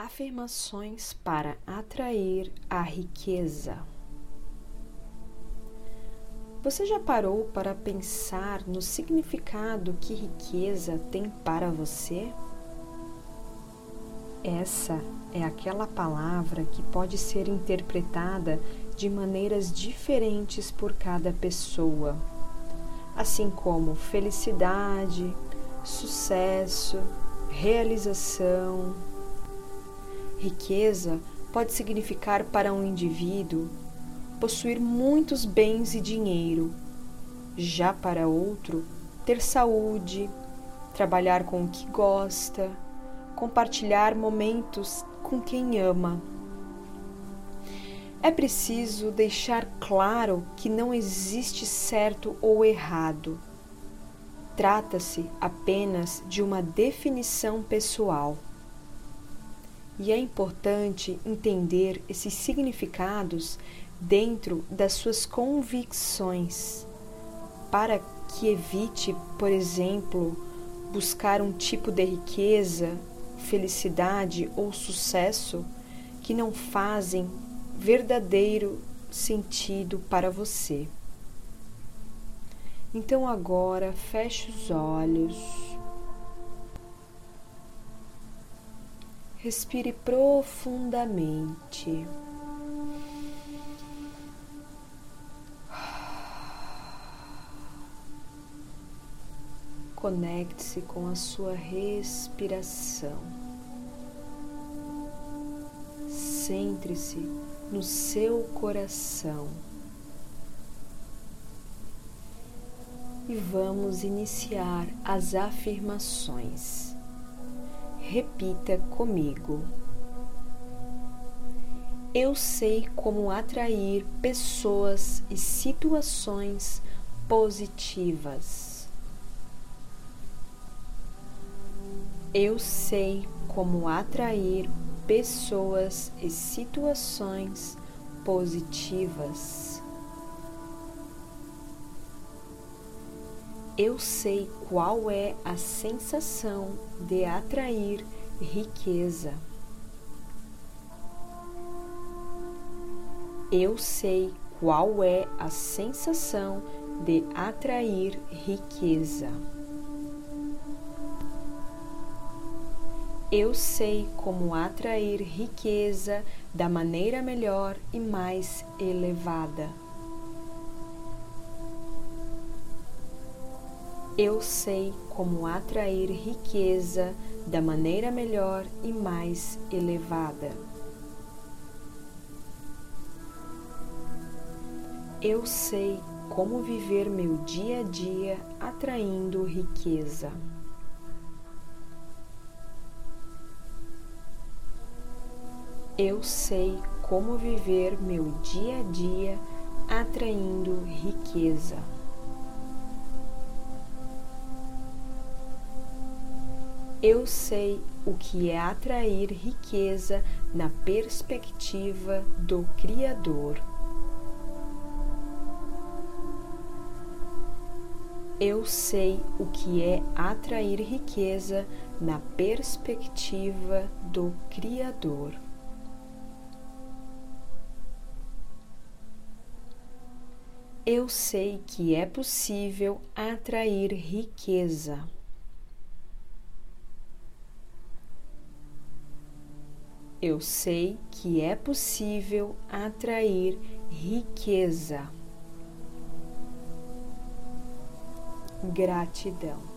Afirmações para atrair a riqueza. Você já parou para pensar no significado que riqueza tem para você? Essa é aquela palavra que pode ser interpretada de maneiras diferentes por cada pessoa, assim como felicidade, sucesso, realização. Riqueza pode significar para um indivíduo possuir muitos bens e dinheiro, já para outro, ter saúde, trabalhar com o que gosta, compartilhar momentos com quem ama. É preciso deixar claro que não existe certo ou errado. Trata-se apenas de uma definição pessoal. E é importante entender esses significados dentro das suas convicções, para que evite, por exemplo, buscar um tipo de riqueza, felicidade ou sucesso que não fazem verdadeiro sentido para você. Então agora feche os olhos. Respire profundamente. Conecte-se com a sua respiração. Centre-se no seu coração. E vamos iniciar as afirmações. Repita comigo. Eu sei como atrair pessoas e situações positivas. Eu sei como atrair pessoas e situações positivas. Eu sei qual é a sensação de atrair riqueza. Eu sei qual é a sensação de atrair riqueza. Eu sei como atrair riqueza da maneira melhor e mais elevada. Eu sei como atrair riqueza da maneira melhor e mais elevada. Eu sei como viver meu dia a dia atraindo riqueza. Eu sei como viver meu dia a dia atraindo riqueza. Eu sei o que é atrair riqueza na perspectiva do Criador. Eu sei o que é atrair riqueza na perspectiva do Criador. Eu sei que é possível atrair riqueza. Eu sei que é possível atrair riqueza. Gratidão.